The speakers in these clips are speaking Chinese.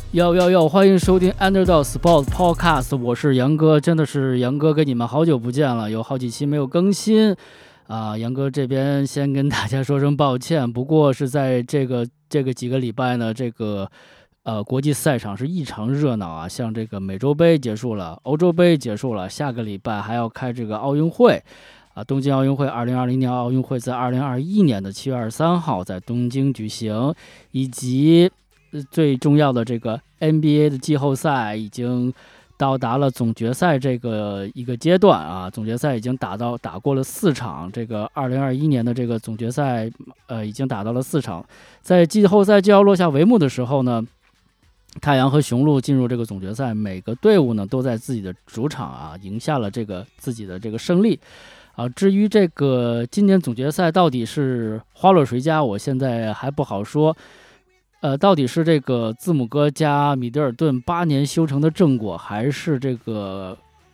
要，欢迎收听 Underdog Sports Podcast， 我是杨哥，真的是杨哥，跟你们好久不见了，有好几期没有更新啊。杨哥这边先跟大家说声抱歉，不过是在这个几个礼拜呢，国际赛场是异常热闹啊，像这个美洲杯结束了，欧洲杯结束了，下个礼拜还要开这个奥运会啊，东京奥运会2020年奥运会在2021年的7月23号在东京举行，以及最重要的这个 NBA 的季后赛已经到达了总决赛这个一个阶段啊，总决赛已经打过了4场，这个2021年的这个总决赛已经打到了4场，在季后赛就要落下帷幕的时候呢，太阳和雄鹿进入这个总决赛，每个队伍呢都在自己的主场啊赢下了这个自己的这个胜利啊。至于这个今年总决赛到底是花落谁家，我现在还不好说。到底是这个字母哥加米德尔顿8年修成的正果，还是这个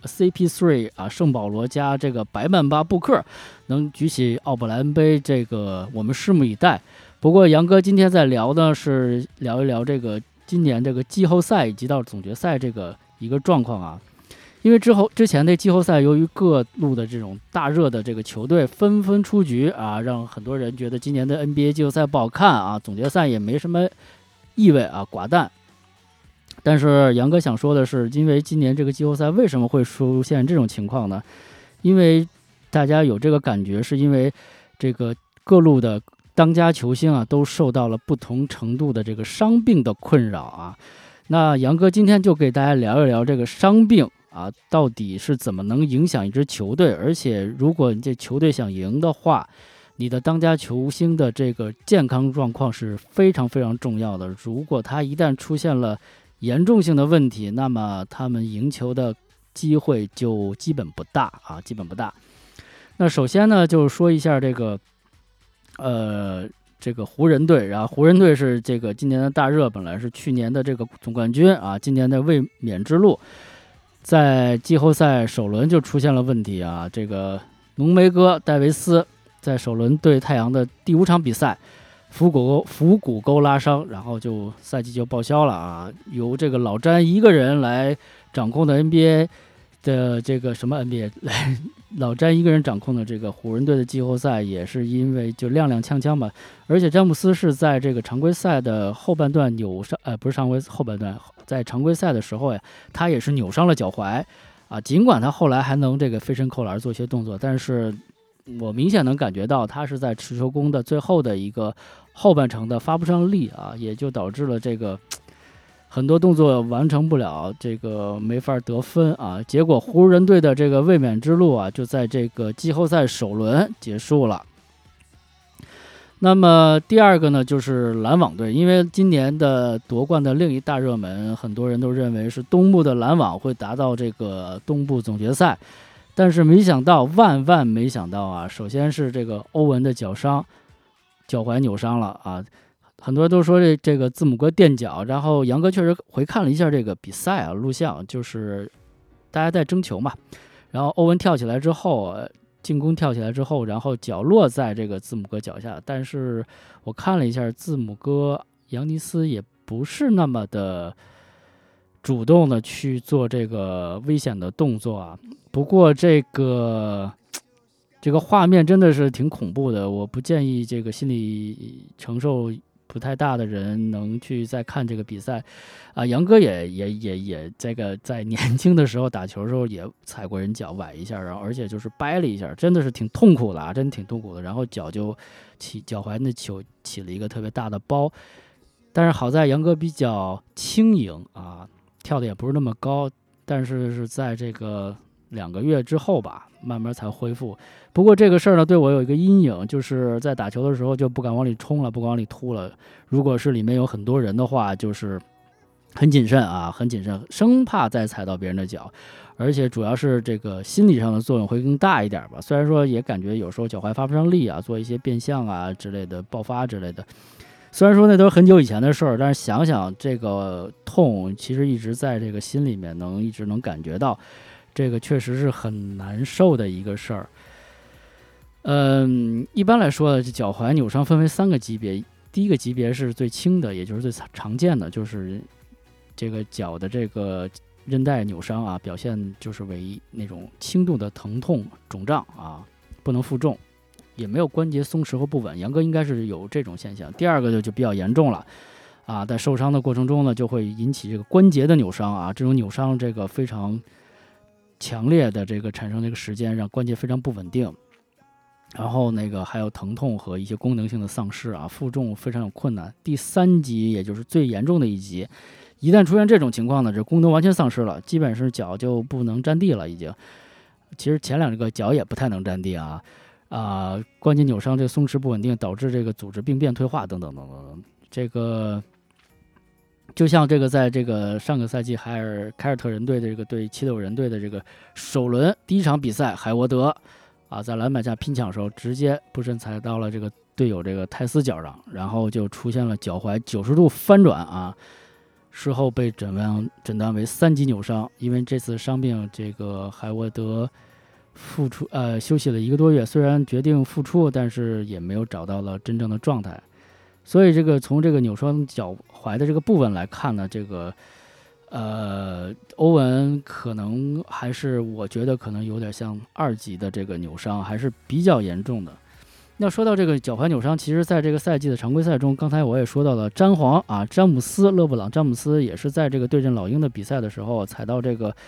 CP3 啊圣保罗加这个白曼巴布克能举起奥布莱恩杯？这个我们拭目以待。不过杨哥今天在聊呢，是聊一聊这个今年这个季后赛以及到总决赛这个一个状况啊。因为之前的季后赛，由于各路的这种大热的这个球队纷纷出局啊，让很多人觉得今年的 NBA 季后赛不好看啊，总决赛也没什么意味啊，寡淡。但是杨哥想说的是，因为今年这个季后赛为什么会出现这种情况呢？因为大家有这个感觉，是因为这个各路的当家球星啊，都受到了不同程度的这个伤病的困扰啊。那杨哥今天就给大家聊一聊这个伤病啊，到底是怎么能影响一支球队？而且，如果你这球队想赢的话，你的当家球星的这个健康状况是非常非常重要的。如果他一旦出现了严重性的问题，那么他们赢球的机会就基本不大啊，基本不大。那首先呢，就说一下这个湖人队，然后湖人队是这个今年的大热，本来是去年的这个总冠军啊，今年的卫冕之路，在季后赛首轮就出现了问题啊。这个浓眉哥戴维斯在首轮对太阳的第5场比赛，腹股沟拉伤，然后赛季就报销了啊。由这个老詹一个人来掌控的 NBA 的这个什么 NBA 来。老詹一个人掌控的这个湖人队的季后赛，也是因为就踉踉跄跄吧。而且詹姆斯是在这个常规赛的后半段不是常规后半段，在常规赛的时候呀，他也是扭伤了脚踝啊。尽管他后来还能这个飞身扣篮做一些动作，但是我明显能感觉到他是在持球攻的最后的一个后半程的发不上力啊，也就导致了这个很多动作完成不了，这个没法得分啊。结果湖人队的这个卫冕之路啊，就在这个季后赛首轮结束了。那么第二个呢，就是篮网队，因为今年的夺冠的另一大热门，很多人都认为是东部的篮网会达到这个东部总决赛，但是没想到，万万没想到啊！首先是这个欧文的脚踝扭伤了啊。很多人都说这个字母哥垫脚，然后杨哥确实回看了一下这个比赛啊，录像就是大家在争球嘛，然后欧文跳起来之后，进攻跳起来之后，然后脚落在这个字母哥脚下，但是我看了一下字母哥扬尼斯也不是那么的主动的去做这个危险的动作啊。不过这个画面真的是挺恐怖的，我不建议这个心理承受不太大的人能去再看这个比赛啊。杨哥也这个在年轻的时候打球的时候也踩过人脚崴一下，然后而且就是掰了一下，真的是挺痛苦的啊，真挺痛苦的。然后脚踝那起了一个特别大的包，但是好在杨哥比较轻盈啊，跳的也不是那么高，但是是在这个2个月之后吧，慢慢才恢复。不过这个事儿呢，对我有一个阴影，就是在打球的时候就不敢往里冲了，不敢往里突了。如果是里面有很多人的话，就是很谨慎啊，很谨慎，生怕再踩到别人的脚。而且主要是这个心理上的作用会更大一点吧。虽然说也感觉有时候脚踝发不上力啊，做一些变向啊之类的爆发之类的。虽然说那都是很久以前的事儿，但是想想这个痛，其实一直在这个心里面一直能感觉到。这个确实是很难受的一个事儿。一般来说，脚踝扭伤分为3个级别，第一个级别是最轻的，也就是最常见的，就是这个脚的这个韧带扭伤啊，表现就是为那种轻度的疼痛肿胀啊，不能负重，也没有关节松弛和不稳。杨哥应该是有这种现象。第二个就比较严重了啊，在受伤的过程中呢，就会引起这个关节的扭伤啊，这种扭伤这个非常强烈的这个产生这个时间，让关节非常不稳定。然后还有疼痛和一些功能性的丧失啊，负重非常有困难。第3级也就是最严重的一级，一旦出现这种情况呢，这功能完全丧失了，基本是脚就不能沾地了已经。其实前2个脚也不太能沾地啊，关节扭伤，这个松弛不稳定导致这个组织病变退化等等等等。这个就像这个在这个上个赛季凯尔特人队的这个对七六人队的这个首轮第1场比赛，海沃德啊，在篮板下拼抢的时候，直接不慎踩到了这个队友这个泰斯脚上，然后就出现了脚踝90度翻转啊。事后被诊断为3级扭伤。因为这次伤病，这个海沃德休息了1个多月，虽然决定复出，但是也没有找到了真正的状态。所以这个从这个扭伤脚踝的这个部分来看呢，这个欧文可能还是，我觉得可能有点像2级的这个扭伤，还是比较严重的。那说到这个脚踝扭伤，其实在这个赛季的常规赛中，刚才我也说到了詹姆斯勒布朗詹姆斯也是在这个对阵老鹰的比赛的时候踩到这个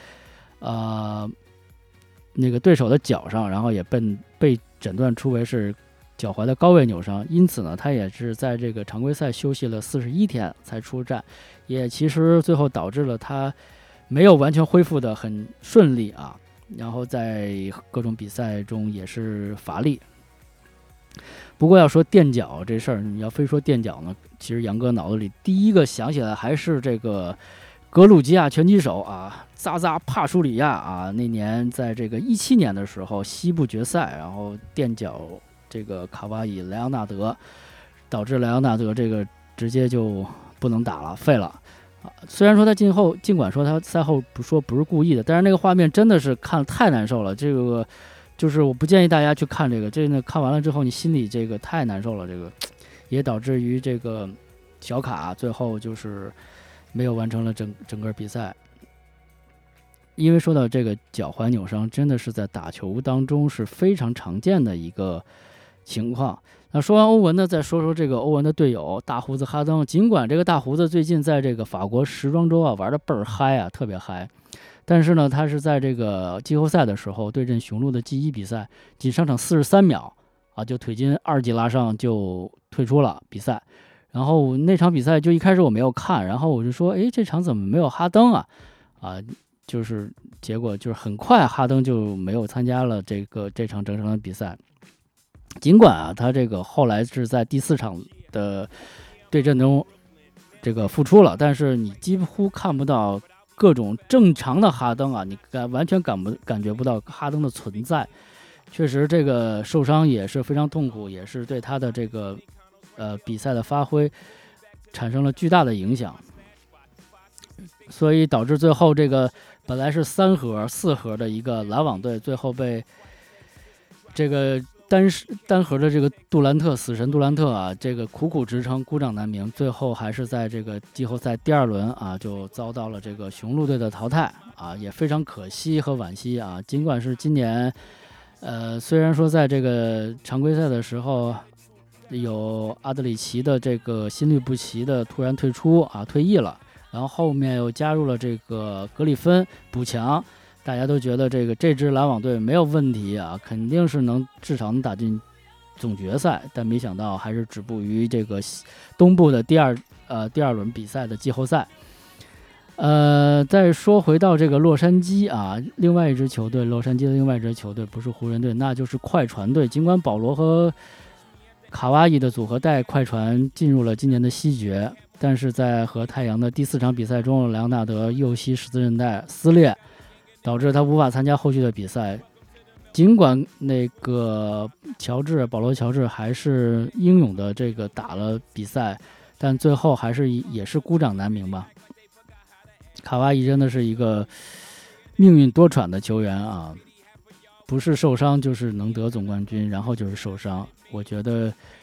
那个对手的脚上，然后也被诊断出为是脚踝的高位扭伤，因此呢，他也是在这个常规赛休息了41天才出战，也其实最后导致了他没有完全恢复的很顺利啊，然后在各种比赛中也是乏力。不过要说垫脚这事儿，你要非说垫脚呢，其实杨哥脑子里第一个想起来还是这个格鲁吉亚拳击手啊，扎扎帕舒里亚啊，那年在这个17年的时候西部决赛，然后垫脚这个卡哇伊莱昂纳德，导致莱昂纳德这个直接就不能打了，废了啊。虽然说他尽管说他赛后不是故意的，但是那个画面真的是看太难受了，这个就是我不建议大家去看这个，这个看完了之后你心里这个太难受了，这个也导致于这个小卡最后就是没有完成了整个比赛。因为说到这个脚踝扭伤，真的是在打球当中是非常常见的一个情况。那说完欧文呢，再说说这个欧文的队友大胡子哈登。尽管这个大胡子最近在这个法国时装周啊玩的倍儿嗨啊，特别嗨，但是呢，他是在这个季后赛的时候对阵雄鹿的G1比赛，仅上场43秒啊，就腿筋2级拉伤就退出了比赛。然后那场比赛就一开始我没有看，然后我就说，这场怎么没有哈登啊？就是结果就是很快哈登就没有参加了这场整场的比赛。尽管啊，他这个后来是在第4场的对阵中这个复出了，但是你几乎看不到各种正常的哈登啊，你完全感觉不到哈登的存在。确实，这个受伤也是非常痛苦，也是对他的这个比赛的发挥产生了巨大的影响，所以导致最后这个本来是4核的一个篮网队，最后被这个单核的这个死神杜兰特啊，这个苦苦支撑，孤掌难鸣，最后还是在这个季后赛第2轮啊，就遭到了这个雄鹿队的淘汰啊，也非常可惜和惋惜啊。尽管是今年，虽然说在这个常规赛的时候有阿德里奇的这个心律不齐的突然退出啊，退役了，然后后面又加入了这个格里芬补强。大家都觉得这支篮网队没有问题啊，肯定是至少能打进总决赛，但没想到还是止步于这个东部的第二轮比赛的季后赛。再说回到这个洛杉矶啊，洛杉矶的另外一支球队不是湖人队，那就是快船队。尽管保罗和卡哇伊的组合带快船进入了今年的西决，但是在和太阳的第4场比赛中，莱昂纳德右膝十字韧带撕裂，导致他无法参加后续的比赛。尽管那个保罗乔治还是英勇的这个打了比赛，但最后也是孤掌难鸣吧。卡哇伊真的是一个命运多舛的球员啊，不是受伤就是能得总冠军，然后就是受伤。我觉得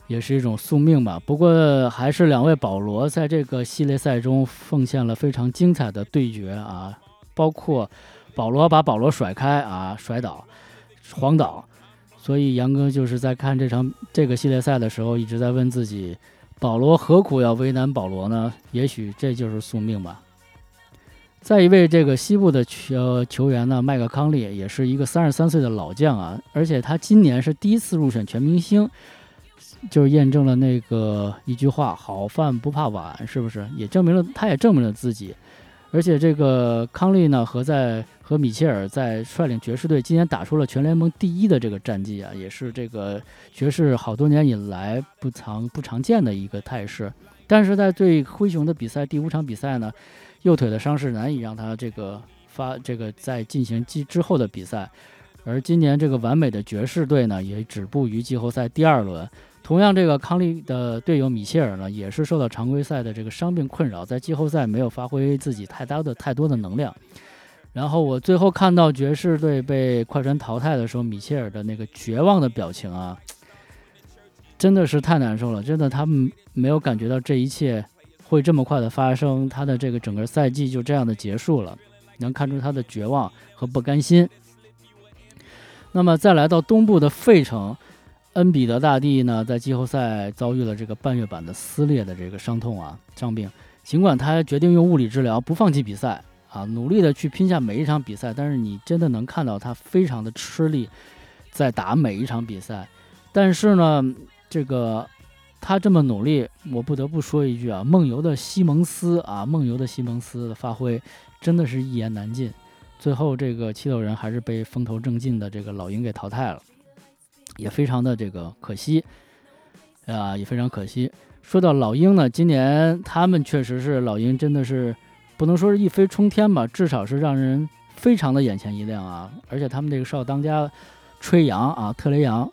也是一种宿命吧。不过还是两位保罗在这个系列赛中奉献了非常精彩的对决啊，包括保罗把保罗甩开啊，甩倒晃倒。所以杨哥就是在看这个系列赛的时候，一直在问自己，保罗何苦要为难保罗呢？也许这就是宿命吧。再一位这个西部的球员呢，麦克康利也是一个33岁的老将啊，而且他今年是第一次入选全明星，就是验证了那个一句话，好饭不怕晚，是不是？他也证明了自己。而且这个康利呢和米切尔在率领爵士队今年打出了全联盟第1的这个战绩啊，也是这个爵士好多年以来不常见的一个态势。但是在对灰熊的比赛第5场比赛呢，右腿的伤势难以让他在进行之后的比赛。而今年这个完美的爵士队呢，也止步于季后赛第2轮。同样，这个康利的队友米切尔呢，也是受到常规赛的这个伤病困扰，在季后赛没有发挥自己太多的能量。然后我最后看到爵士队被快船淘汰的时候，米切尔的那个绝望的表情啊，真的是太难受了。真的，他们没有感觉到这一切会这么快的发生，他的这个整个赛季就这样的结束了，能看出他的绝望和不甘心。那么再来到东部的费城，恩比德大帝呢，在季后赛遭遇了这个半月板的撕裂的这个伤病。尽管他决定用物理治疗，不放弃比赛啊，努力的去拼下每一场比赛，但是你真的能看到他非常的吃力，在打每一场比赛。但是呢，他这么努力，我不得不说一句啊，梦游的西蒙斯的发挥真的是一言难尽。最后这个七六人还是被风头正劲的这个老鹰给淘汰了，也非常的这个可惜啊，也非常可惜。说到老鹰呢，今年他们确实是老鹰，真的是不能说是一飞冲天吧，至少是让人非常的眼前一亮啊。而且他们这个少当家特雷杨，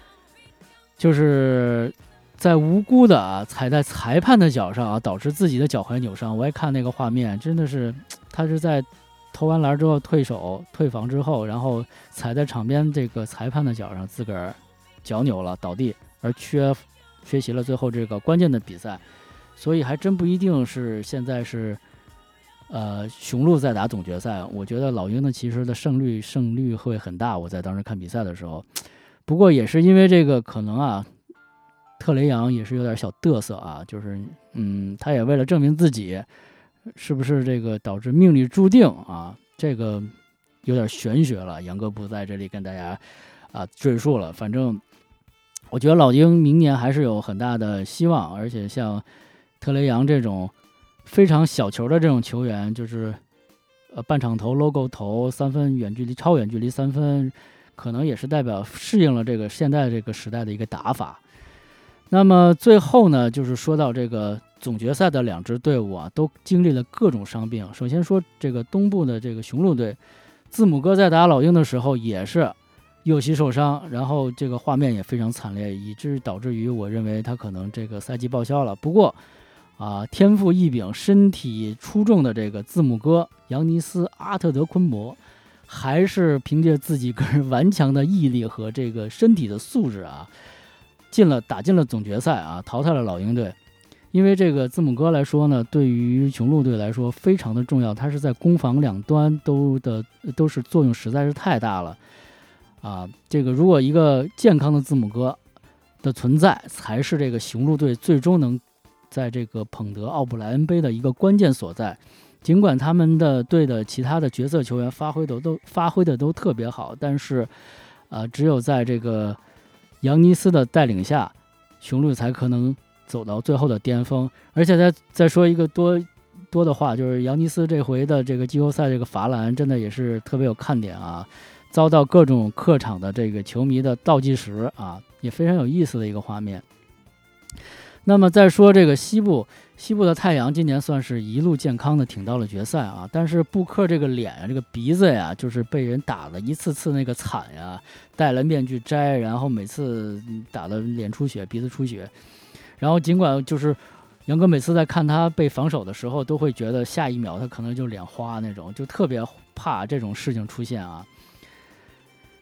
就是在无辜的踩在裁判的脚上导致自己的脚踝扭伤。我也看那个画面，真的是他是在投完篮之后退防之后，然后踩在场边这个裁判的脚上，自个儿脚扭了倒地，而缺席了最后这个关键的比赛。所以还真不一定是现在是雄鹿在打总决赛。我觉得老鹰呢其实的胜率会很大，我在当时看比赛的时候。不过也是因为这个可能特雷杨也是有点小嘚瑟就是他也为了证明自己是不是这个导致命里注定这个有点玄学了，杨哥不在这里跟大家赘述了。反正我觉得老鹰明年还是有很大的希望，而且像特雷杨这种非常小球的这种球员，就是半场投 logo 投3分超远距离3分，可能也是代表适应了这个现在这个时代的一个打法。那么最后呢，就是说到这个总决赛的2支队伍都经历了各种伤病。首先说这个东部的这个雄鹿队，字母哥在打老鹰的时候也是右膝受伤，然后这个画面也非常惨烈，以致导致于我认为他可能这个赛季报销了。不过天赋异禀、身体出众的这个字母哥扬尼斯·阿特德昆博，还是凭借自己个人顽强的毅力和这个身体的素质打进了总决赛淘汰了老鹰队。因为这个字母哥来说呢，对于雄鹿队来说非常的重要，他是在攻防两端都是作用实在是太大了这个如果一个健康的字母哥的存在，才是这个雄鹿队最终能在这个捧得奥布莱恩杯的一个关键所在。尽管他们的队的其他的角色球员发挥的都特别好，但是只有在这个扬尼斯的带领下，雄鹿才可能走到最后的巅峰。而且再说一个多的话，就是扬尼斯这回的这个季后赛这个罚篮真的也是特别有看点遭到各种客场的这个球迷的倒计时也非常有意思的一个画面。那么再说这个西部的太阳，今年算是一路健康的挺到了决赛但是布克这个脸这个鼻子就是被人打了一次那个惨戴了面具摘，然后每次打了脸出血鼻子出血。然后尽管就是杨哥每次在看他被防守的时候，都会觉得下一秒他可能就脸花那种，就特别怕这种事情出现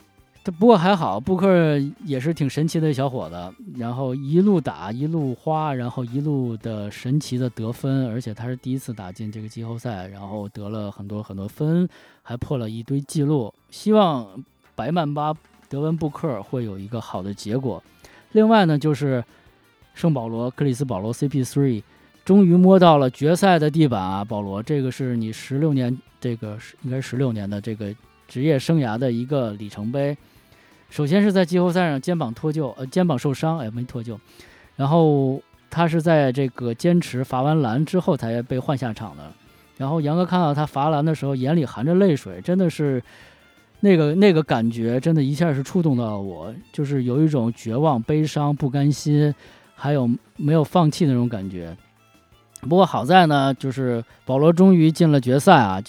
不过还好，布克也是挺神奇的小伙子，然后一路打一路花，然后一路的神奇的得分，而且他是第一次打进这个季后赛，然后得了很多分，还破了一堆记录。希望白曼巴德文布克会有一个好的结果。另外呢，就是圣保罗克里斯保罗 CP3 终于摸到了决赛的地板啊，保罗，这个是你16年，这个应该是16年的这个职业生涯的一个里程碑。首先是在季后赛上肩膀受伤，没脱臼，然后他是在这个坚持罚完篮之后才被换下场的。然后杨哥看到他罚篮的时候，眼里含着泪水，真的是那个感觉，真的一下是触动到了我，就是有一种绝望、悲伤、不甘心，还有没有放弃的那种感觉。不过好在呢，就是保罗终于进了决赛。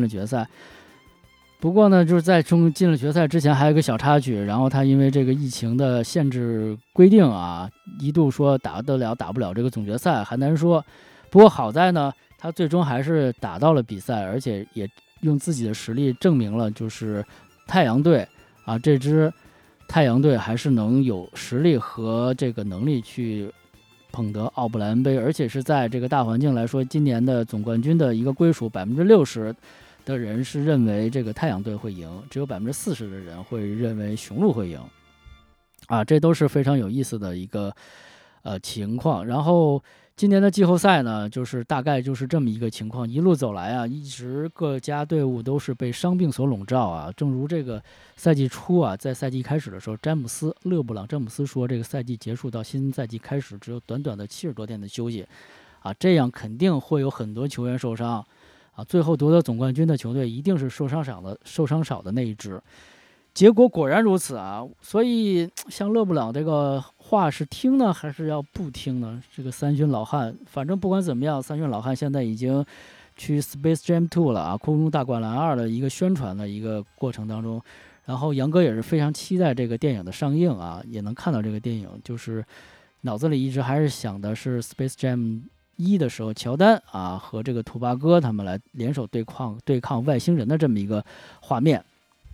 不过呢，就是在进了决赛之前还有一个小插曲，然后他因为这个疫情的限制规定啊，一度说打得了打不了这个总决赛还难说。不过好在呢，他最终还是打到了比赛，而且也用自己的实力证明了，就是太阳队啊，这支太阳队还是能有实力和这个能力去捧得奥布莱恩杯，而且是在这个大环境来说，今年的总冠军的一个归属60%的人是认为这个太阳队会赢，只有40%的人会认为雄鹿会赢啊，这都是非常有意思的一个情况。然后今年的季后赛呢，就是大概就是这么一个情况，一路走来啊，一直各家队伍都是被伤病所笼罩啊。正如这个赛季初啊，在赛季开始的时候，勒布朗詹姆斯说，这个赛季结束到新赛季开始只有短短的70多天的休息啊，这样肯定会有很多球员受伤啊，最后夺得总冠军的球队一定是受伤少的那一支。结果果然如此啊，所以像勒布朗这个话是听呢还是要不听呢？这个三军老汉，反正不管怎么样，三军老汉现在已经去 Space Jam 2了啊，空中大灌篮2的一个宣传的一个过程当中。然后杨哥也是非常期待这个电影的上映啊，也能看到这个电影，就是脑子里一直还是想的是 Space Jam 1的时候，乔丹啊和这个图巴哥他们来联手对抗外星人的这么一个画面。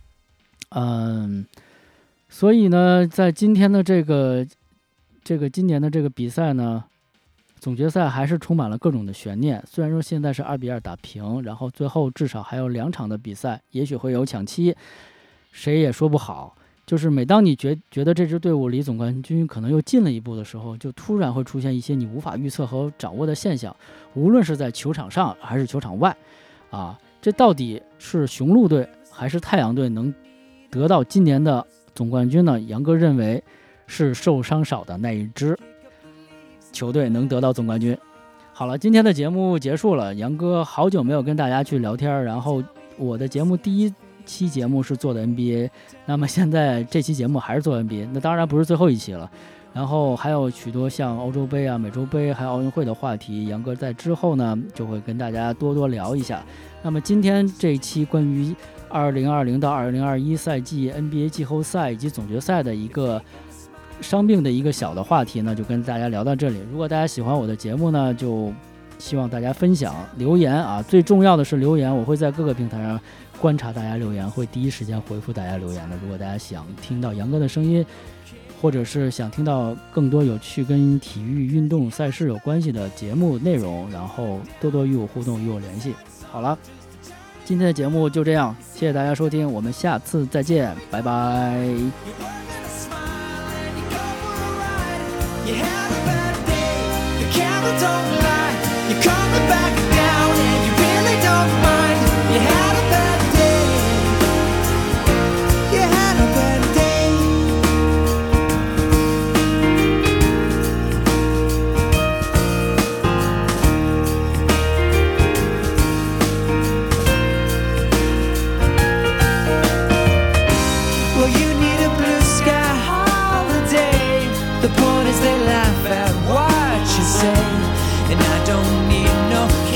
所以呢，在今天的今年的这个比赛呢，总决赛还是充满了各种的悬念。虽然说现在是2-2打平，然后最后至少还有2场的比赛，也许会有抢七，谁也说不好。就是每当你觉得这支队伍离总冠军可能又近了一步的时候，就突然会出现一些你无法预测和掌握的现象，无论是在球场上还是球场外啊，这到底是雄鹿队还是太阳队能得到今年的总冠军呢？杨哥认为是受伤少的那一支球队能得到总冠军。好了，今天的节目结束了，杨哥好久没有跟大家去聊天，然后我的节目第一期节目是做的 NBA， 那么现在这期节目还是做 NBA， 那当然不是最后一期了，然后还有许多像欧洲杯啊、美洲杯还有奥运会的话题，杨哥在之后呢就会跟大家多聊一下。那么今天这一期关于2020到2021赛季 NBA 季后赛以及总决赛的一个伤病的一个小的话题呢，就跟大家聊到这里。如果大家喜欢我的节目呢，就希望大家分享留言啊，最重要的是留言，我会在各个平台上观察大家留言，会第一时间回复大家留言的。如果大家想听到杨哥的声音，或者是想听到更多有趣跟体育运动赛事有关系的节目内容，然后多与我互动，与我联系。好了，今天的节目就这样，谢谢大家收听，我们下次再见，拜拜。The point is they laugh at what you say, and I don't need no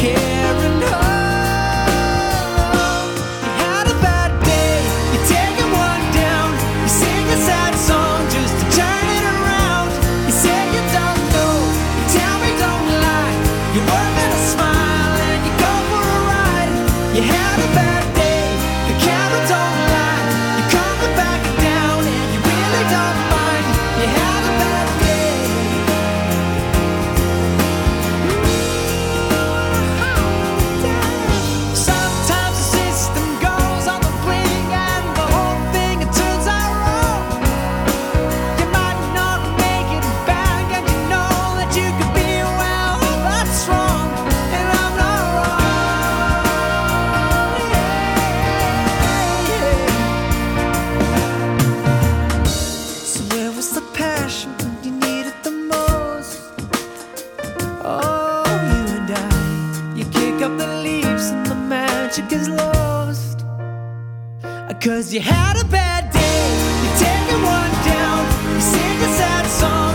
'Cause you had a bad day, you're taking one down, you sing a sad song